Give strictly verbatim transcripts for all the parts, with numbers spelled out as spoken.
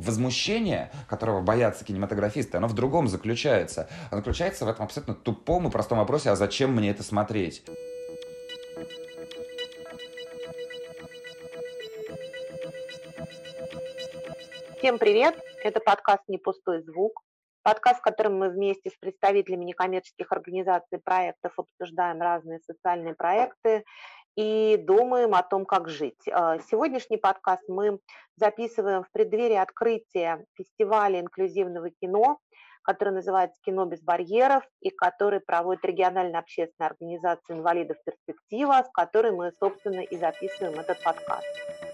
возмущение, которого боятся кинематографисты, оно в другом заключается. Оно заключается в этом абсолютно тупом и простом вопросе: а зачем мне это смотреть? Всем привет! Это подкаст «Не пустой звук». Подкаст, в котором мы вместе с представителями некоммерческих организаций и проектов обсуждаем разные социальные проекты и думаем о том, как жить. А, Сегодняшний подкаст мы записываем в преддверии открытия фестиваля инклюзивного кино, который называется «Кино без барьеров» и который проводит региональная общественная организация инвалидов «Перспектива», с которой мы, собственно, и записываем этот подкаст.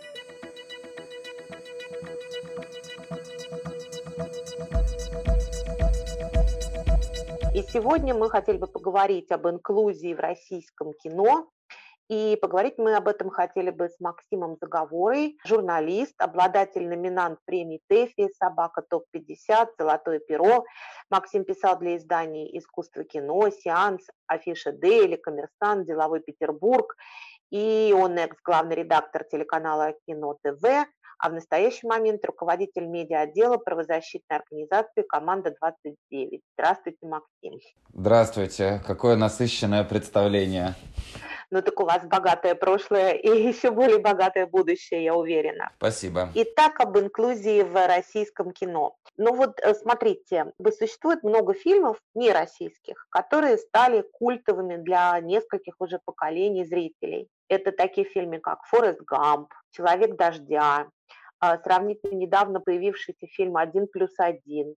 И сегодня мы хотели бы поговорить об инклюзии в российском кино. И поговорить мы об этом хотели бы с Максимом Заговорой, журналист, обладатель номинант премии ТЭФИ, «Собака топ пятьдесят», «Золотое перо». Максим писал для изданий «Искусство кино», «Сеанс», «Афиша Дейли», «Коммерсант», «Деловой Петербург». И он экс-главный редактор телеканала Кино ТВ, а в настоящий момент руководитель медиа-отдела правозащитной организации «Команда двадцать девять». Здравствуйте, Максим. Здравствуйте, какое насыщенное представление. Ну так у вас богатое прошлое и еще более богатое будущее, я уверена. Спасибо. Итак, об инклюзии в российском кино. Ну вот э, смотрите, существует много фильмов нероссийских, которые стали культовыми для нескольких уже поколений зрителей. Это такие фильмы, как «Форест Гамп», «Человек дождя», а, сравнительно недавно появившийся фильм «Один плюс один».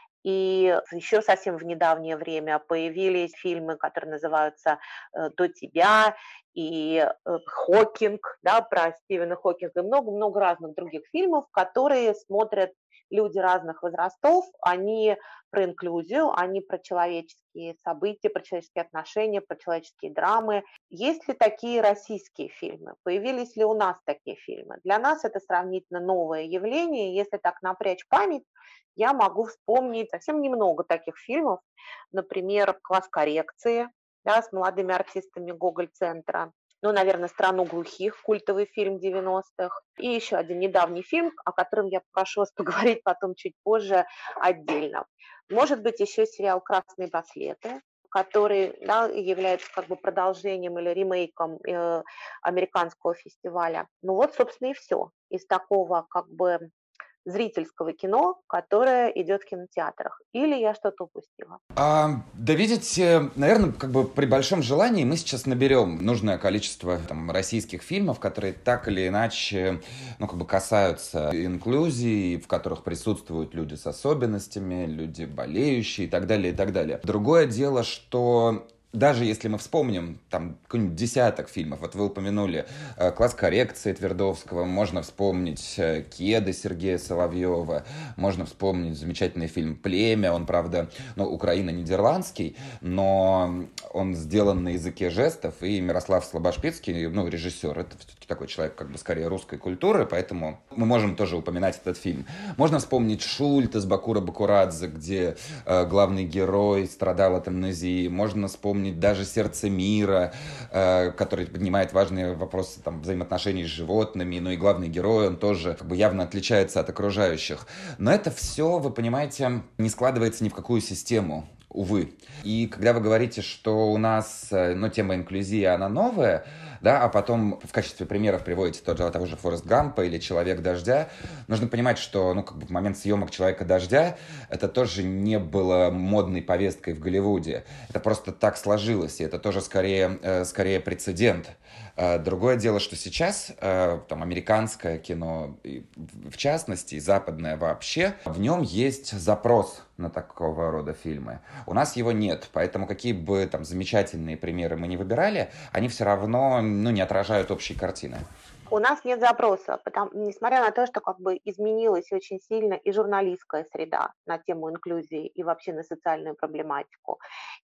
И еще совсем в недавнее время появились фильмы, которые называются э, «До тебя» и э, «Хокинг», да, про Стивена Хокинга, и много-много разных других фильмов, которые смотрят люди разных возрастов. Они про инклюзию, они про человеческие события, про человеческие отношения, про человеческие драмы. Есть ли такие российские фильмы? Появились ли у нас такие фильмы? Для нас это сравнительно новое явление. Если так напрячь память, я могу вспомнить совсем немного таких фильмов, например, «Класс коррекции», да, с молодыми артистами Гоголь-центра, ну, наверное, «Страну глухих», культовый фильм девяностых, и еще один недавний фильм, о котором я прошу вас поговорить потом чуть позже отдельно. Может быть, еще сериал «Красные браслеты», который, да, является как бы продолжением или ремейком э, американского фестиваля. Ну вот, собственно, и все из такого как бы зрительского кино, которое идет в кинотеатрах. Или я что-то упустила? А, да видите, наверное, как бы при большом желании мы сейчас наберем нужное количество там, российских фильмов, которые так или иначе, ну, как бы касаются инклюзии, в которых присутствуют люди с особенностями, люди болеющие и так далее, и так далее. Другое дело, что даже если мы вспомним там какой-нибудь десяток фильмов, вот вы упомянули э, «Класс коррекции» Твердовского, можно вспомнить э, «Кеды» Сергея Соловьева, можно вспомнить замечательный фильм «Племя», он, правда, ну, украино-нидерландский, но он сделан на языке жестов, и Мирослав Слобошпицкий, ну, режиссер, это все-таки такой человек, как бы, скорее русской культуры, поэтому мы можем тоже упоминать этот фильм. Можно вспомнить «Шульт» из Бакура Бакурадзе, где э, главный герой страдал от амнезии, можно вспомнить даже «Сердце мира», э, который поднимает важные вопросы там, взаимоотношений с животными, ну и главный герой, он тоже как бы явно отличается от окружающих. Но это все, вы понимаете, не складывается ни в какую систему, увы. И когда вы говорите, что у нас, ну, тема инклюзии, она новая, да, а потом в качестве примеров приводите тот же, того же Форест Гампа или «Человек дождя», нужно понимать, что, ну, как бы в момент съемок «Человека дождя» это тоже не было модной повесткой в Голливуде. Это просто так сложилось, и это тоже скорее, э, скорее прецедент. Э, другое дело, что сейчас э, там, американское кино, и, в частности, и западное вообще, в нем есть запрос на такого рода фильмы. У нас его нет, поэтому какие бы там замечательные примеры мы ни выбирали, они все равно, ну, не отражают общей картины. У нас нет запроса, потому, несмотря на то, что как бы изменилась очень сильно и журналистская среда на тему инклюзии и вообще на социальную проблематику.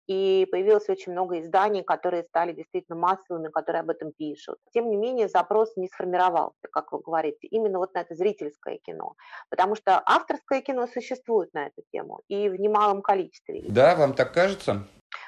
И появилось очень много изданий, которые стали действительно массовыми, которые об этом пишут. Тем не менее, запрос не сформировался, как вы говорите, именно вот на это зрительское кино. Потому что авторское кино существует на эту тему и в немалом количестве. Да, вам так кажется?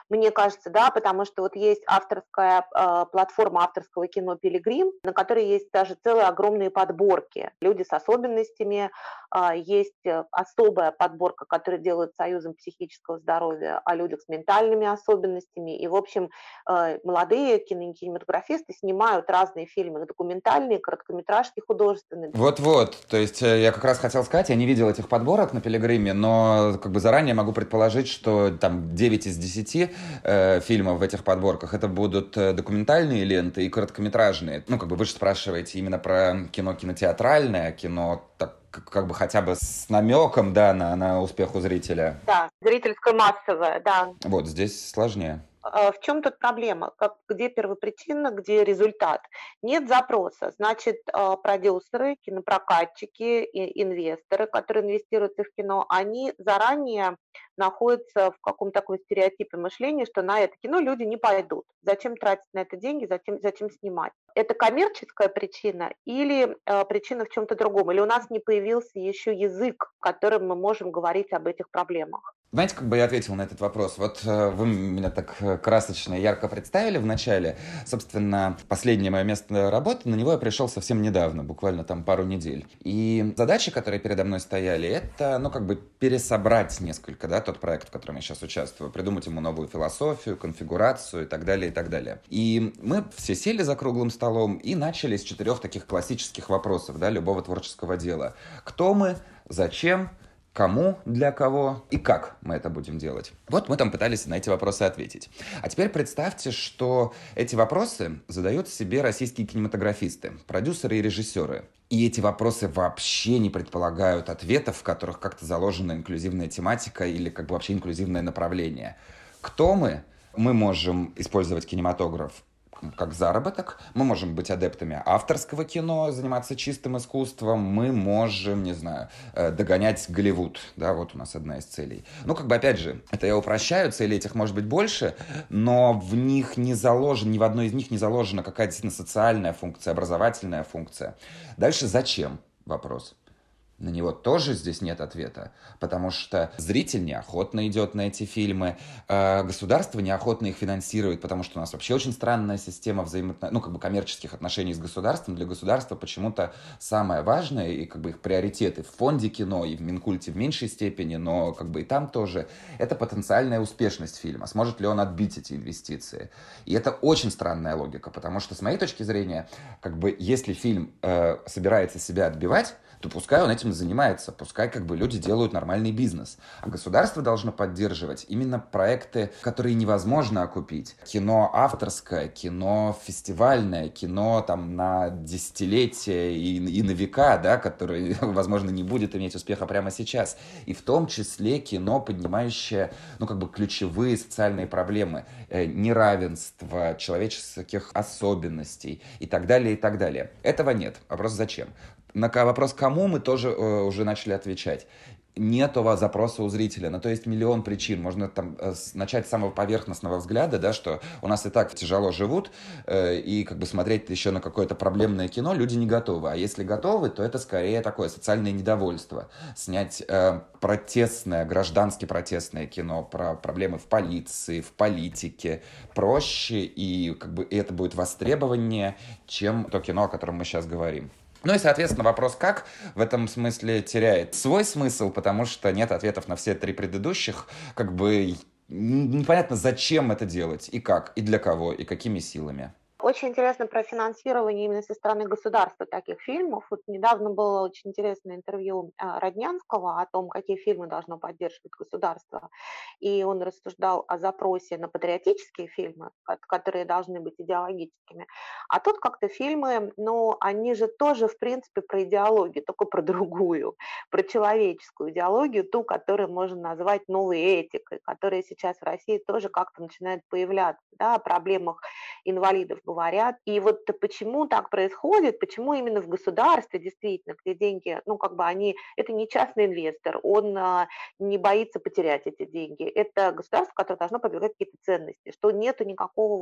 Мне кажется, да, потому что вот есть авторская э, платформа авторского кино «Пилигрим», на которой есть даже целые огромные подборки. Люди с особенностями, а, есть э, особая подборка, которую делают Союзом психического здоровья о людях с ментальными особенностями. И, в общем, э, молодые кино- кинематографисты снимают разные фильмы, документальные, короткометражки художественные. Вот-вот, то есть э, я как раз хотел сказать, я не видел этих подборок на Пилигриме, но как бы заранее могу предположить, что там девять из десяти э, фильмов в этих подборках это будут э, документальные ленты и короткометражные. Ну, как бы вы же спрашиваете именно про кино кинотеатральное, кино так, как как бы хотя бы с намеком, да, на, на успех у зрителя. Да, зрительское массовое, да. Вот, здесь сложнее. А, в чем тут проблема? Как, где первопричина, где результат? Нет запроса. Значит, а, продюсеры, кинопрокатчики, и инвесторы, которые инвестируют в кино, они заранее находятся в каком-то таком стереотипе мышления, что на это кино люди не пойдут. Зачем тратить на это деньги, зачем, зачем снимать? Это коммерческая причина или э, причина в чем-то другом? Или у нас не появился еще язык, которым мы можем говорить об этих проблемах? Знаете, как бы я ответил на этот вопрос? Вот э, вы меня так э, красочно и ярко представили в начале. Собственно, последнее мое место работы, на него я пришел совсем недавно, буквально там пару недель. И задачи, которые передо мной стояли, это, ну, как бы пересобрать несколько, да, тот проект, в котором я сейчас участвую, придумать ему новую философию, конфигурацию и так далее, и так далее. И мы все сели за круглым столом и начали с четырех таких классических вопросов, да, любого творческого дела. Кто мы? Зачем? Кому, для кого и как мы это будем делать. Вот мы там пытались на эти вопросы ответить. А теперь представьте, что эти вопросы задают себе российские кинематографисты, продюсеры и режиссеры. И эти вопросы вообще не предполагают ответов, в которых как-то заложена инклюзивная тематика или как бы вообще инклюзивное направление. Кто мы? Мы можем использовать кинематограф как заработок, мы можем быть адептами авторского кино, заниматься чистым искусством, мы можем, не знаю, догонять Голливуд, да, вот у нас одна из целей. Ну, как бы, опять же, это я упрощаю, целей этих может быть больше, но в них не заложено, ни в одной из них не заложена какая-то действительно социальная функция, образовательная функция. Дальше зачем? Вопрос. На него тоже здесь нет ответа, потому что зритель неохотно идет на эти фильмы, э, государство неохотно их финансирует, потому что у нас вообще очень странная система взаимоотношений, ну, как бы коммерческих отношений с государством. Для государства почему-то самое важное, и как бы их приоритеты в фонде кино и в Минкульте в меньшей степени, но как бы и там тоже, это потенциальная успешность фильма. Сможет ли он отбить эти инвестиции? И это очень странная логика, потому что, с моей точки зрения, как бы, если фильм э, собирается себя отбивать, то пускай он этим занимается, пускай как бы люди делают нормальный бизнес. А государство должно поддерживать именно проекты, которые невозможно окупить. Кино авторское, кино фестивальное, кино там на десятилетия и, и на века, да, которое, возможно, не будет иметь успеха прямо сейчас. И в том числе кино, поднимающее, ну, как бы ключевые социальные проблемы, э, неравенство, человеческих особенностей и так далее, и так далее. Этого нет. Вопрос зачем? На вопрос «кому» мы тоже э, уже начали отвечать. Нету запроса у зрителя, но то есть миллион причин. Можно там э, начать с самого поверхностного взгляда, да, что у нас и так тяжело живут, э, и как бы смотреть еще на какое-то проблемное кино люди не готовы. А если готовы, то это скорее такое социальное недовольство. Снять э, протестное, граждански протестное кино про проблемы в полиции, в политике проще, и как бы и это будет востребованнее, чем то кино, о котором мы сейчас говорим. Ну и, соответственно, вопрос «как» в этом смысле теряет свой смысл, потому что нет ответов на все три предыдущих. Как бы непонятно, зачем это делать, и как, и для кого, и какими силами. Очень интересно про финансирование именно со стороны государства таких фильмов. Вот недавно было очень интересное интервью а, Роднянского о том, какие фильмы должно поддерживать государство. И он рассуждал о запросе на патриотические фильмы, ко- которые должны быть идеологическими. А тут как-то фильмы, ну, они же тоже, в принципе, про идеологию, только про другую, про человеческую идеологию, ту, которую можно назвать новой этикой, которая сейчас в России тоже как-то начинает появляться, да, о проблемах инвалидов говорят. И вот почему так происходит, почему именно в государстве действительно, где деньги, ну, как бы они, это не частный инвестор, он а, не боится потерять эти деньги. Это государство, которое должно продвигать какие-то ценности, что нету никакого вот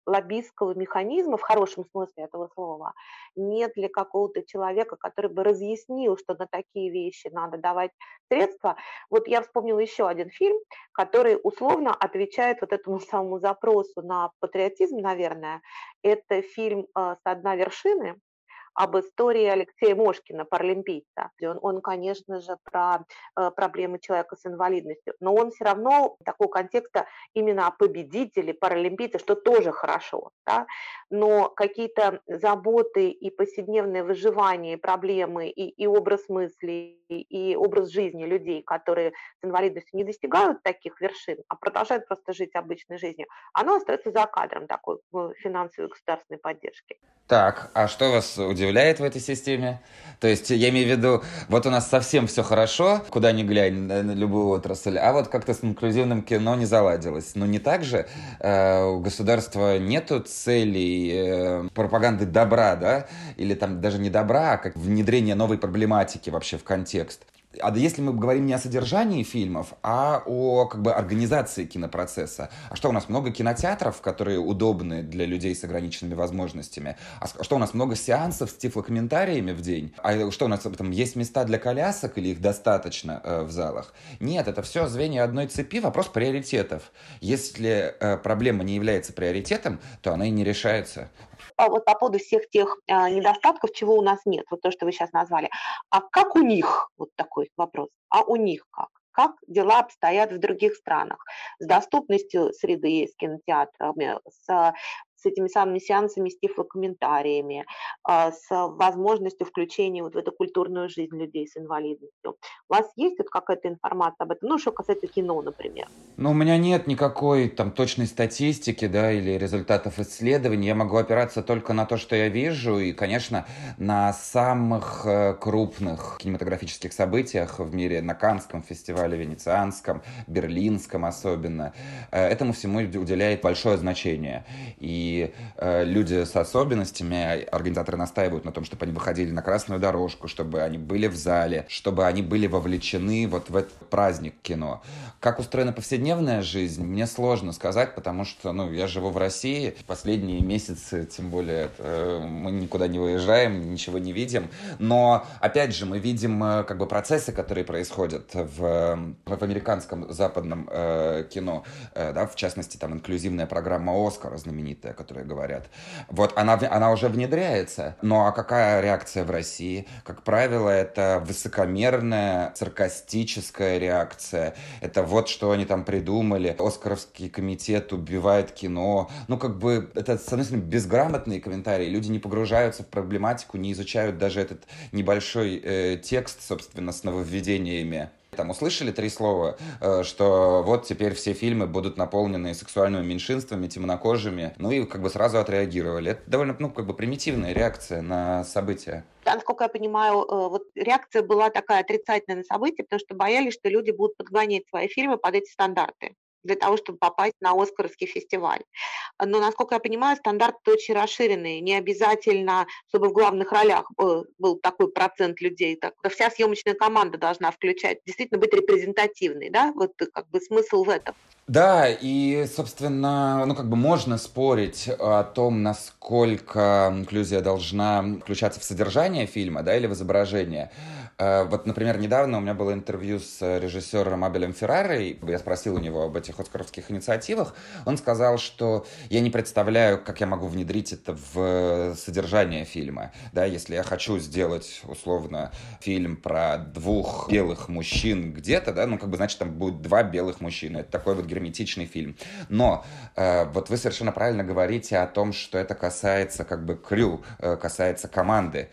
лоббистского механизма, в хорошем смысле этого слова, нет ли какого-то человека, который бы разъяснил, что на такие вещи надо давать средства. Вот я вспомнила еще один фильм, который условно отвечает вот этому самому запросу на патриотизм, наверное. Это фильм э, «Со дна вершины», об истории Алексея Мошкина, паралимпийца. Он, он, конечно же, про э, проблемы человека с инвалидностью, но он все равно такого контекста именно о победителе, паралимпийце, что тоже хорошо, да? Но какие-то заботы и повседневное выживание, и проблемы, и, и образ мысли, и образ жизни людей, которые с инвалидностью не достигают таких вершин, а продолжают просто жить обычной жизнью, оно остается за кадром такой э, финансовой государственной поддержки. Так, а что вас удивляет в этой системе? То есть, я имею в виду, вот у нас совсем все хорошо, куда ни глянь, на любую отрасль, а вот как-то с инклюзивным кино не заладилось. Но не так же. Э, у государства нету целей э, пропаганды добра, да? Или там даже не добра, а как внедрение новой проблематики вообще в контекст. А если мы говорим не о содержании фильмов, а о как бы организации кинопроцесса. А что у нас много кинотеатров, которые удобны для людей с ограниченными возможностями? А что у нас много сеансов с тифлокомментариями в день? А что у нас там есть места для колясок или их достаточно э, в залах? Нет, это все звенья одной цепи, вопрос приоритетов. Если э, проблема не является приоритетом, то она и не решается. А вот по поводу всех тех а, недостатков, чего у нас нет, вот то, что вы сейчас назвали. А как у них, вот такой вопрос, а у них как? Как дела обстоят в других странах? С доступностью среды, с кинотеатрами, с, с этими самыми сеансами, с тифлокомментариями, а, с возможностью включения вот в эту культурную жизнь людей с инвалидностью. У вас есть вот какая-то информация об этом? Ну, что касается кино, например. Ну, у меня нет никакой там точной статистики, да, или результатов исследований. Я могу опираться только на то, что я вижу, и, конечно, на самых э, крупных кинематографических событиях в мире, на Каннском фестивале, Венецианском, Берлинском особенно. Э, этому всему уделяет большое значение. И э, люди с особенностями, организаторы настаивают на том, чтобы они выходили на красную дорожку, чтобы они были в зале, чтобы они были вовлечены вот в этот праздник кино. Как устроена повседневная жизнь, мне сложно сказать, потому что, ну, я живу в России, последние месяцы, тем более, это, мы никуда не выезжаем, ничего не видим, но, опять же, мы видим, как бы, процессы, которые происходят в, в американском западном э, кино, э, да, в частности, там, инклюзивная программа «Оскар» знаменитая, которая говорят, вот, она, она уже внедряется, ну, а какая реакция в России? Как правило, это высокомерная, саркастическая реакция, это вот что они там придумали. Оскаровский комитет убивает кино. Ну, как бы, это, с одной стороны, безграмотные комментарии. Люди не погружаются в проблематику, не изучают даже этот небольшой э, текст, собственно, с нововведениями. Там услышали три слова, э, что вот теперь все фильмы будут наполнены сексуальными меньшинствами, темнокожими. Ну и как бы сразу отреагировали. Это довольно, ну, как бы примитивная реакция на события. Да, насколько я понимаю, э, вот реакция была такая отрицательная на события, потому что боялись, что люди будут подгонять свои фильмы под эти стандарты для того, чтобы попасть на Оскаровский фестиваль. Но, насколько я понимаю, стандарты очень расширенные. Не обязательно, чтобы в главных ролях был, был такой процент людей. Так, вся съемочная команда должна включать, действительно быть репрезентативной, да? Вот как бы смысл в этом. Да, и, собственно, ну, как бы можно спорить о том, насколько инклюзия должна включаться в содержание фильма, да, или в изображение. Вот, например, недавно у меня было интервью с режиссером Абелем Феррарой. Я спросил у него об этих оскаровских инициативах. Он сказал, что я не представляю, как я могу внедрить это в содержание фильма. Да, если я хочу сделать, условно, фильм про двух белых мужчин где-то, да, ну, как бы, значит, там будет два белых мужчины. Это такой вот герметичный фильм. Но э, вот вы совершенно правильно говорите о том, что это касается, как бы, крю, э, касается команды.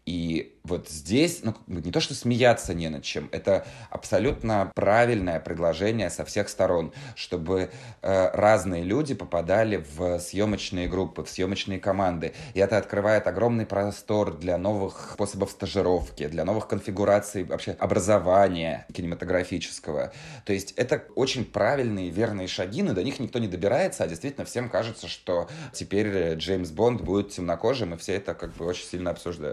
И вот здесь, ну, не то, что смеяться не над чем, это абсолютно правильное предложение со всех сторон, чтобы э, разные люди попадали в съемочные группы, в съемочные команды. И это открывает огромный простор для новых способов стажировки, для новых конфигураций вообще образования кинематографического. То есть это очень правильные, верные шаги, но до них никто не добирается, а действительно всем кажется, что теперь Джеймс Бонд будет темнокожим, и все это как бы очень сильно обсуждают.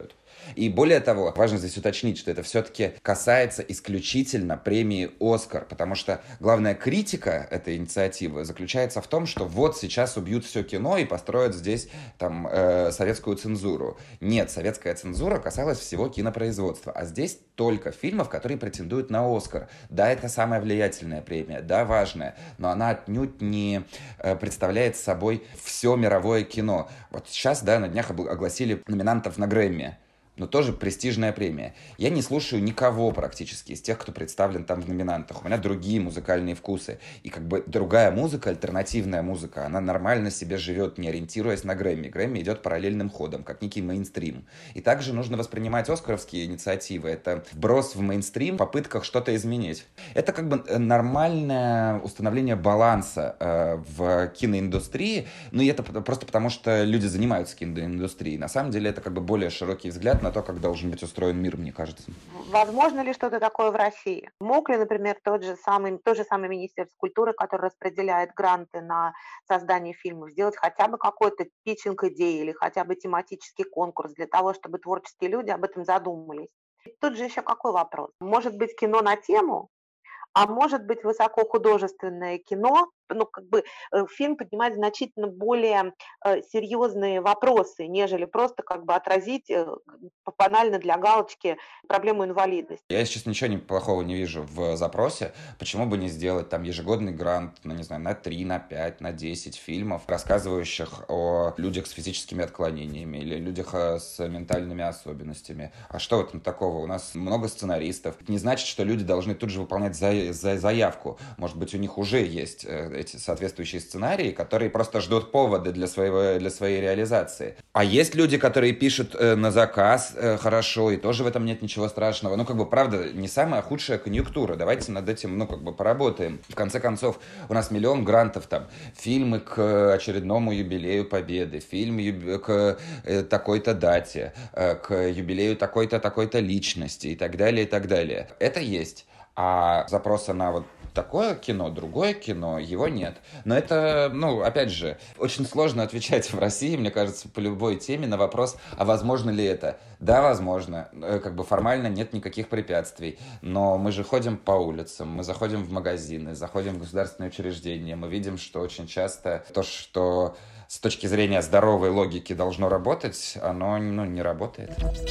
И более того, важно здесь уточнить, что это все-таки касается исключительно премии «Оскар», потому что главная критика этой инициативы заключается в том, что вот сейчас убьют все кино и построят здесь там э, советскую цензуру. Нет, советская цензура касалась всего кинопроизводства, а здесь только фильмов, которые претендуют на «Оскар». Да, это самая влиятельная премия, да, важная, но она отнюдь не э, представляет собой все мировое кино. Вот сейчас, да, на днях огласили номинантов на Грэмми. Но тоже престижная премия. Я не слушаю никого практически из тех, кто представлен там в номинантах. У меня другие музыкальные вкусы. И как бы другая музыка, альтернативная музыка, она нормально себе живет, не ориентируясь на Грэмми. Грэмми идет параллельным ходом, как некий мейнстрим. И также нужно воспринимать оскаровские инициативы. Это вброс в мейнстрим в попытках что-то изменить. Это как бы нормальное установление баланса э, в киноиндустрии. Ну и это просто потому, что люди занимаются киноиндустрией. На самом деле это как бы более широкий взгляд на то, как должен быть устроен мир, мне кажется. Возможно ли что-то такое в России? Мог ли, например, тот же самый, то же самое Министерство культуры, которое распределяет гранты на создание фильмов, сделать хотя бы какой-то питчинг идеи или хотя бы тематический конкурс для того, чтобы творческие люди об этом задумались? И тут же еще какой вопрос? Может быть, кино на тему? А может быть, высокохудожественное кино, ну, как бы э, фильм поднимает значительно более э, серьезные вопросы, нежели просто как бы отразить э, банально для галочки проблему инвалидности. Я сейчас ничего не, плохого не вижу в запросе. Почему бы не сделать там ежегодный грант, ну, не знаю, на три, на пять, на десять фильмов, рассказывающих о людях с физическими отклонениями или людях с ментальными особенностями. А что в этом такого? У нас много сценаристов. Это не значит, что люди должны тут же выполнять за, за заявку. Может быть, у них уже есть э, эти соответствующие сценарии, которые просто ждут повода для, своего, для своей реализации. А есть люди, которые пишут э, на заказ э, хорошо, и тоже в этом нет ничего страшного. Ну, как бы, правда, не самая худшая конъюнктура. Давайте над этим, ну, как бы, поработаем. В конце концов, у нас миллион грантов там. Фильмы к очередному юбилею Победы, фильм юб... к э, такой-то дате, э, к юбилею такой-то, такой-то личности и так далее, и так далее. Это есть. А запроса на вот такое кино, другое кино, его нет. Но это, ну, опять же, очень сложно отвечать в России, мне кажется, по любой теме на вопрос, а возможно ли это? Да, возможно. Как бы формально нет никаких препятствий. Но мы же ходим по улицам, мы заходим в магазины, заходим в государственные учреждения. Мы видим, что очень часто то, что с точки зрения здоровой логики должно работать, оно, ну, не работает.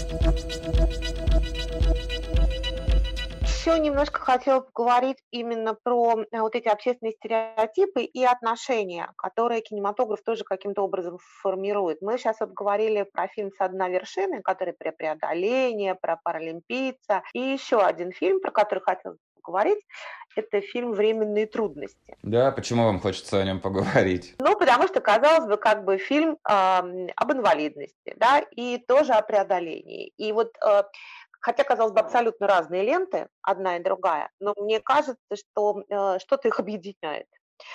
Еще немножко хотела поговорить именно про вот эти общественные стереотипы и отношения, которые кинематограф тоже каким-то образом формирует. Мы сейчас вот говорили про фильм «Со дна вершины», который про преодоление, про паралимпийца. И еще один фильм, про который хотела поговорить, это фильм «Временные трудности». Да, почему вам хочется о нем поговорить? Ну, потому что, казалось бы, как бы фильм э, об инвалидности, да, и тоже о преодолении. И вот э, хотя, казалось бы, абсолютно разные ленты, одна и другая, но мне кажется, что э, что-то их объединяет.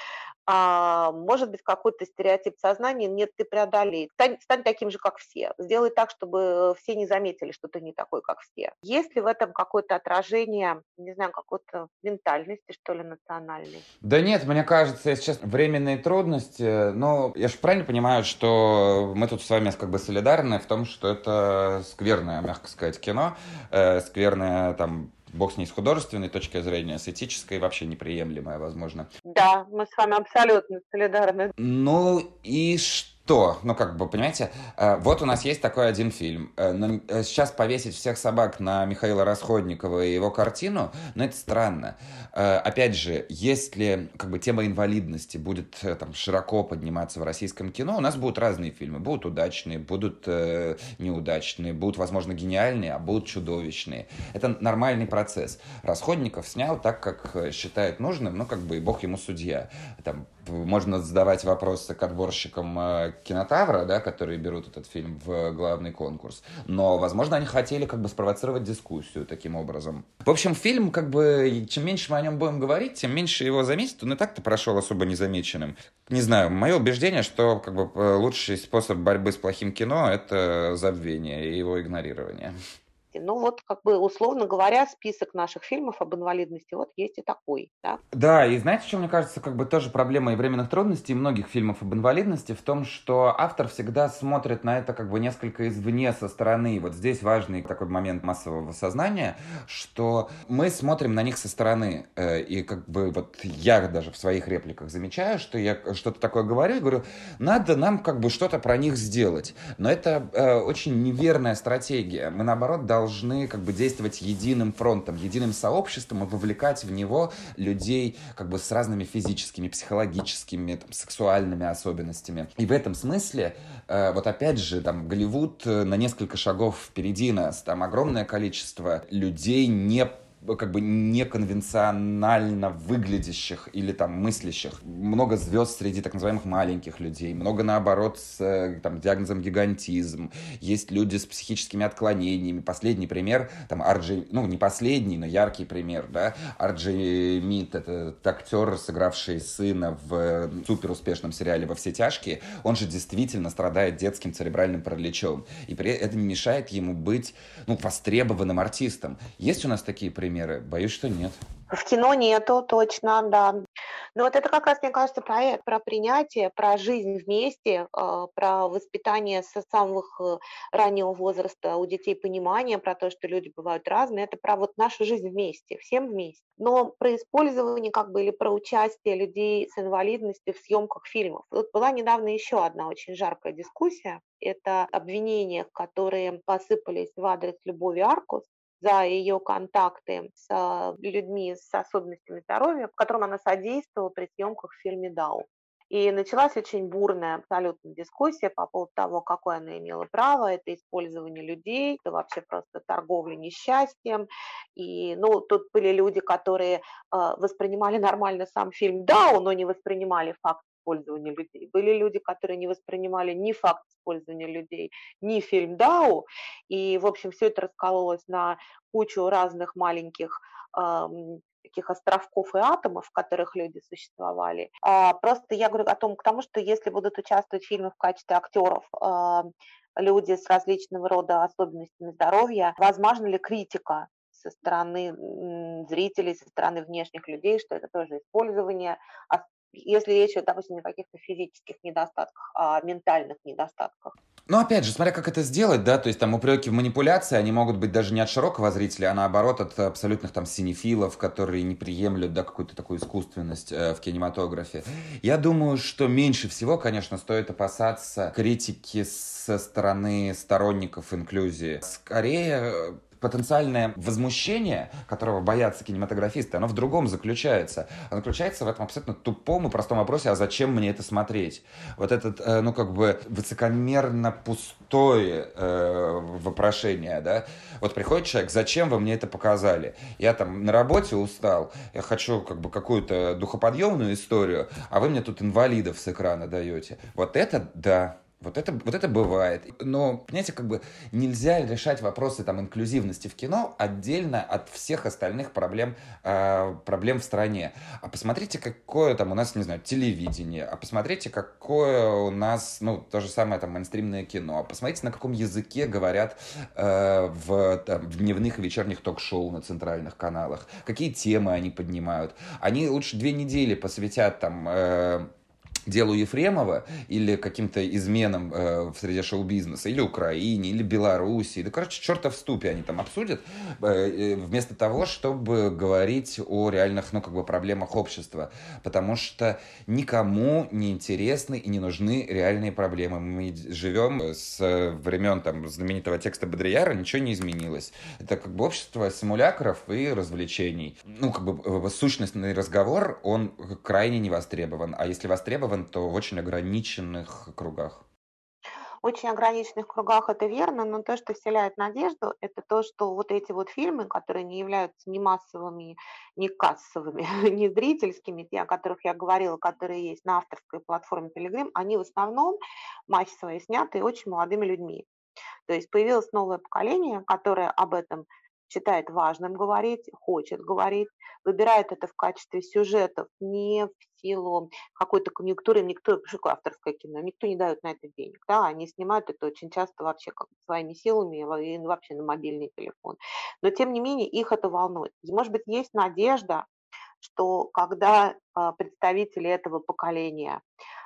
А, может быть, какой-то стереотип сознания, нет, ты преодолей. Стань, стань таким же, как все. Сделай так, чтобы все не заметили, что ты не такой, как все. Есть ли в этом какое-то отражение, не знаю, какой-то ментальности, что ли, национальной? Да нет, мне кажется, если честно, временные трудности, но я же правильно понимаю, что мы тут с вами как бы солидарны в том, что это скверное, мягко сказать, кино, э, скверное там, бог с ней с художественной точки зрения, с этической вообще неприемлемое, возможно. Да, мы с вами абсолютно солидарны. Ну и что? Ну, как бы, понимаете, вот у нас есть такой один фильм. Но сейчас повесить всех собак на Михаила Расходникова и его картину, ну, это странно. Опять же, если как бы тема инвалидности будет там широко подниматься в российском кино, у нас будут разные фильмы. Будут удачные, будут э, неудачные, будут, возможно, гениальные, а будут чудовищные. Это нормальный процесс. Расходников снял так, как считает нужным, ну, как бы, и бог ему судья. Там можно задавать вопросы к отборщикам э, Кинотавра, да, которые берут этот фильм в главный конкурс. Но, возможно, они хотели как бы спровоцировать дискуссию таким образом. В общем, фильм, как бы, чем меньше мы о нем будем говорить, тем меньше его заметят. Он и так-то прошел особо незамеченным. Не знаю, мое убеждение, что как бы лучший способ борьбы с плохим кино — это забвение и его игнорирование. инвалидности. Ну вот, как бы, условно говоря, список наших фильмов об инвалидности, вот есть и такой, да. Да, и знаете, что, мне кажется, как бы тоже проблема и временных трудностей, и многих фильмов об инвалидности в том, что автор всегда смотрит на это как бы несколько извне, со стороны. Вот здесь важный такой момент массового сознания, что мы смотрим на них со стороны. Э, И как бы вот я даже в своих репликах замечаю, что я что-то такое говорю и говорю, надо нам как бы что-то про них сделать. Но это э, очень неверная стратегия. Мы, наоборот, должны как бы действовать единым фронтом, единым сообществом и вовлекать в него людей как бы с разными физическими, психологическими, там, сексуальными особенностями. И в этом смысле, э, вот опять же, там, Голливуд э, на несколько шагов впереди нас. Там огромное количество людей не как бы неконвенционально выглядящих или там мыслящих. Много звезд среди так называемых маленьких людей, много наоборот с э, там, диагнозом гигантизм. Есть люди с психическими отклонениями. Последний пример, там Арджи, ну не последний, но яркий пример, да, Арджи Мит, это актер, сыгравший сына в супер успешном сериале «Во все тяжкие», он же действительно страдает детским церебральным параличом. И при это не мешает ему быть, ну, востребованным артистом. Есть у нас такие примеры? Боюсь, что нет. В кино нету, точно, да. Но вот это как раз, мне кажется, про э про принятие, про жизнь вместе, а, про воспитание с самых, э, раннего возраста у детей понимание про то, что люди бывают разные. Это про вот нашу жизнь вместе, всем вместе. Но про использование как бы или про участие людей с инвалидностью в съемках фильмов. Вот была недавно еще одна очень жаркая дискуссия. Это обвинения, которые посыпались в адрес Любови Аркус за ее контакты с а, людьми с особенностями здоровья, которым она содействовала при съемках в фильме «Дау». И началась очень бурная абсолютно дискуссия по поводу того, какое она имела право, это использование людей, это вообще просто торговля несчастьем. И, ну, тут были люди, которые а, воспринимали нормально сам фильм «Дау», но не воспринимали факт использования людей. Были люди, которые не воспринимали ни факт использования людей, ни фильм «Дау», и, в общем, все это раскололось на кучу разных маленьких, ам, таких островков и атомов, в которых люди существовали. А, просто я говорю о том к тому, что если будут участвовать в фильмах в качестве актеров, а, люди с различного рода особенностями здоровья, возможно ли критика со стороны, м, зрителей, со стороны внешних людей, что это тоже использование, ас если речь идет, допустим, не о каких-то физических недостатках, а о ментальных недостатках. Ну, опять же, смотря как это сделать, да, то есть там упреки в манипуляции, они могут быть даже не от широкого зрителя, а наоборот от абсолютных там синефилов, которые не приемлют, да, какую-то такую искусственность э, в кинематографе. Я думаю, что меньше всего, конечно, стоит опасаться критики со стороны сторонников инклюзии. Скорее, э, потенциальное возмущение, которого боятся кинематографисты, оно в другом заключается. Оно заключается в этом абсолютно тупом и простом вопросе, а зачем мне это смотреть? Вот этот, э, ну, как бы высокомерно пустое э, вопрошение, да? Вот приходит человек, зачем вы мне это показали? Я там на работе устал, я хочу как бы какую-то духоподъемную историю, а вы мне тут инвалидов с экрана даете. Вот это да. Вот это, вот это бывает. Но, понимаете, как бы нельзя решать вопросы там, инклюзивности в кино отдельно от всех остальных проблем, э, проблем в стране. А посмотрите, какое там у нас, не знаю, телевидение, а посмотрите, какое у нас, ну, то же самое там мейнстримное кино, а посмотрите, на каком языке говорят э, в, там, в дневных и вечерних ток-шоу на центральных каналах, какие темы они поднимают. Они лучше две недели посвятят там... Э, делу Ефремова или каким-то изменам э, в среде шоу-бизнеса, или Украине, или Беларуси. Да, короче, черта в ступе они там обсудят, э, вместо того, чтобы говорить о реальных, ну, как бы, проблемах общества. Потому что никому не интересны и не нужны реальные проблемы. Мы живем с времен там, знаменитого текста Бодрияра, ничего не изменилось. Это как бы общество симулякров и развлечений. Ну, как бы сущностный разговор, он крайне не востребован. А если востребован, то в очень ограниченных кругах. В очень ограниченных кругах это верно, но то, что вселяет надежду, это то, что вот эти вот фильмы, которые не являются ни массовыми, ни кассовыми, ни зрительскими, те, о которых я говорила, которые есть на авторской платформе Telegram, они в основном массе своей сняты очень молодыми людьми. То есть появилось новое поколение, которое об этом считает важным говорить, хочет говорить, выбирает это в качестве сюжетов не в силу какой-то конъюнктуры, никто, что такое авторское кино, никто не дает на это денег, да, они снимают это очень часто вообще как бы своими силами и вообще на мобильный телефон. Но тем не менее их это волнует. И, может быть, есть надежда, что когда а, представители этого поколения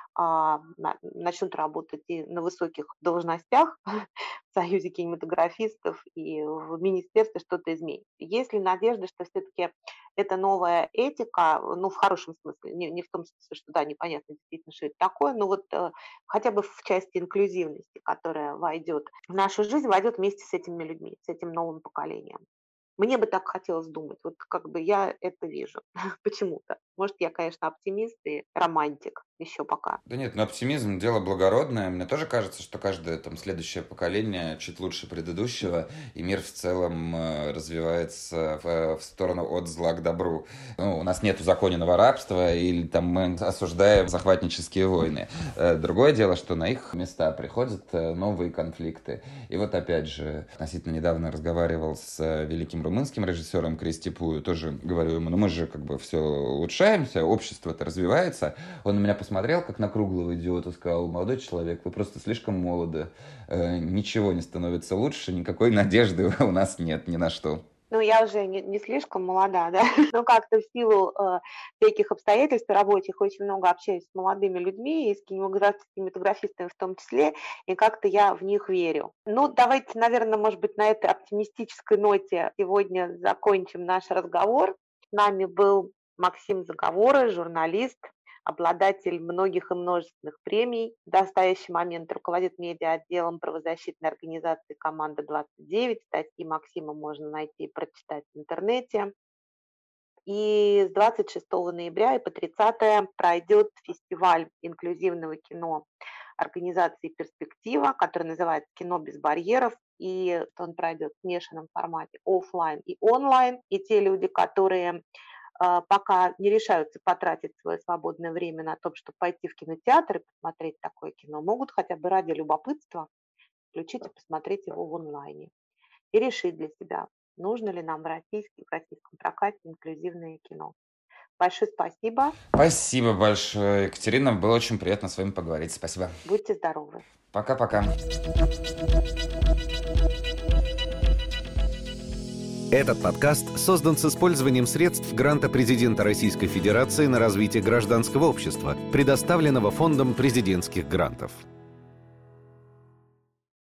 а, на- начнут работать и на высоких должностях в Союзе кинематографистов и в министерстве что-то изменится. Есть ли надежда, что все-таки эта новая этика, ну, в хорошем смысле, не, не в том смысле, что, да, непонятно действительно, что это такое, но вот э, хотя бы в части инклюзивности, которая войдет в нашу жизнь, войдет вместе с этими людьми, с этим новым поколением. Мне бы так хотелось думать, вот как бы я это вижу почему-то. Может, я, конечно, оптимист и романтик еще пока. Да нет, но оптимизм – дело благородное. Мне тоже кажется, что каждое там следующее поколение чуть лучше предыдущего, и мир в целом э, развивается в, в сторону от зла к добру. Ну, у нас нет узаконенного рабства, или там мы осуждаем захватнические войны. Э, другое дело, что на их места приходят э, новые конфликты. И вот опять же, относительно недавно разговаривал с э, великим румынским режиссером Кристи Пую, тоже говорю ему, ну мы же как бы все улучшаемся, общество-то развивается. Он на меня посмотрел, как на круглого идиота, сказал: молодой человек, вы просто слишком молоды, э, ничего не становится лучше, никакой надежды у нас нет ни на что. Ну, я уже не, не слишком молода, да, но как-то в силу э, всяких обстоятельств рабочих очень много общаюсь с молодыми людьми и с кинематограф- кинематографистами в том числе, и как-то я в них верю. Ну, давайте, наверное, может быть, на этой оптимистической ноте сегодня закончим наш разговор. С нами был Максим Заговоры, журналист, обладатель многих и множественных премий. В настоящий момент руководит медиа-отделом правозащитной организации «Команда двадцать девять». Статьи Максима можно найти и прочитать в интернете. И с двадцать шестого ноября и по тридцатое пройдет фестиваль инклюзивного кино организации «Перспектива», который называется «Кино без барьеров». И он пройдет в смешанном формате офлайн и онлайн. И те люди, которые а, пока не решаются потратить свое свободное время на то, чтобы пойти в кинотеатр и посмотреть такое кино, могут хотя бы ради любопытства включить и посмотреть его в онлайне и решить для себя, нужно ли нам в, российский, в российском прокате инклюзивное кино. Большое спасибо. Спасибо большое, Екатерина. Было очень приятно с вами поговорить. Спасибо. Будьте здоровы. Пока-пока. Этот подкаст создан с использованием средств гранта президента Российской Федерации на развитие гражданского общества, предоставленного Фондом президентских грантов.